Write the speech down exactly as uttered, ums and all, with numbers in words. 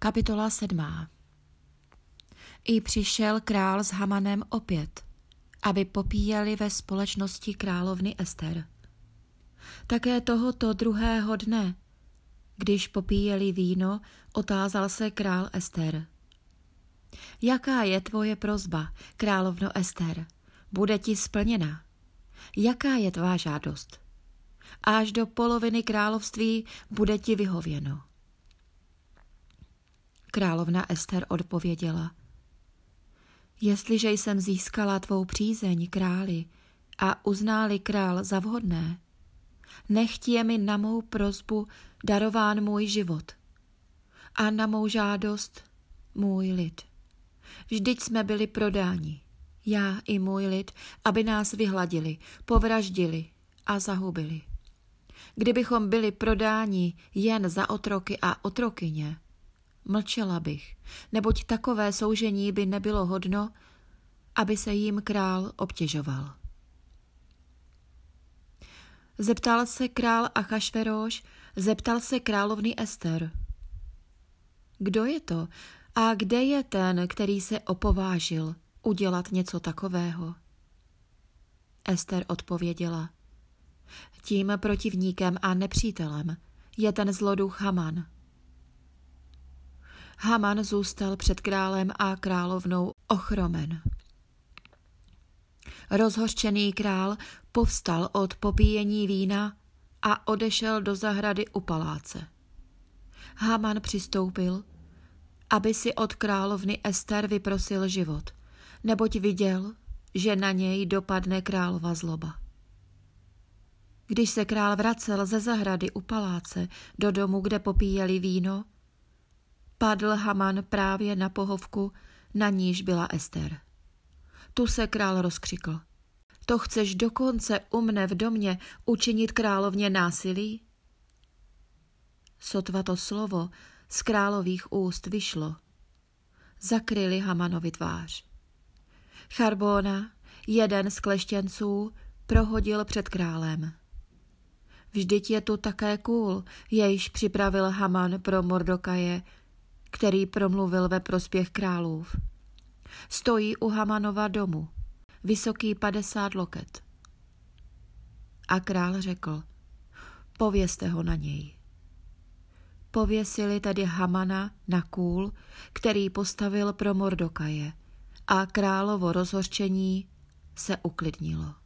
Kapitola sedmá. I přišel král s Hamanem opět, aby popíjeli ve společnosti královny Ester. Také tohoto druhého dne, když popíjeli víno, otázal se král Ester. Jaká je tvoje prosba, královno Ester? Bude ti splněna. Jaká je tvá žádost? Až do poloviny království bude ti vyhověno. Královna Ester odpověděla: Jestliže jsem získala tvou přízeň, králi, a uználi král za vhodné, nechť je mi na mou prosbu darován můj život a na mou žádost můj lid. Vždyť jsme byli prodáni, já i můj lid, aby nás vyhladili, povraždili a zahubili. Kdybychom byli prodáni jen za otroky a otrokyně, mlčela bych, neboť takové soužení by nebylo hodno, aby se jim král obtěžoval. Zeptal se král Achašveroš, zeptal se královny Ester. Kdo je to a kde je ten, který se opovážil udělat něco takového? Ester odpověděla: Tím protivníkem a nepřítelem je ten zloduch Haman. Haman zůstal před králem a královnou ochromen. Rozhořčený král povstal od popíjení vína a odešel do zahrady u paláce. Haman přistoupil, aby si od královny Ester vyprosil život, neboť viděl, že na něj dopadne králova zloba. Když se král vracel ze zahrady u paláce do domu, kde popíjeli víno, padl Haman právě na pohovku, na níž byla Ester. Tu se král rozkřikl: To chceš dokonce u mne v domě učinit královně násilí? Sotva to slovo z králových úst vyšlo, zakryli Hamanovi tvář. Charbona, jeden z kleštěnců, prohodil před králem: Vždyť je tu také kůl, jejž připravil Haman pro Mordokaje, který promluvil ve prospěch králův. Stojí u Hamanova domu, vysoký padesát loket. A král řekl: Povězte ho na něj. Pověsili tedy Hamana na kůl, který postavil pro Mordokaje, a královo rozhořčení se uklidnilo.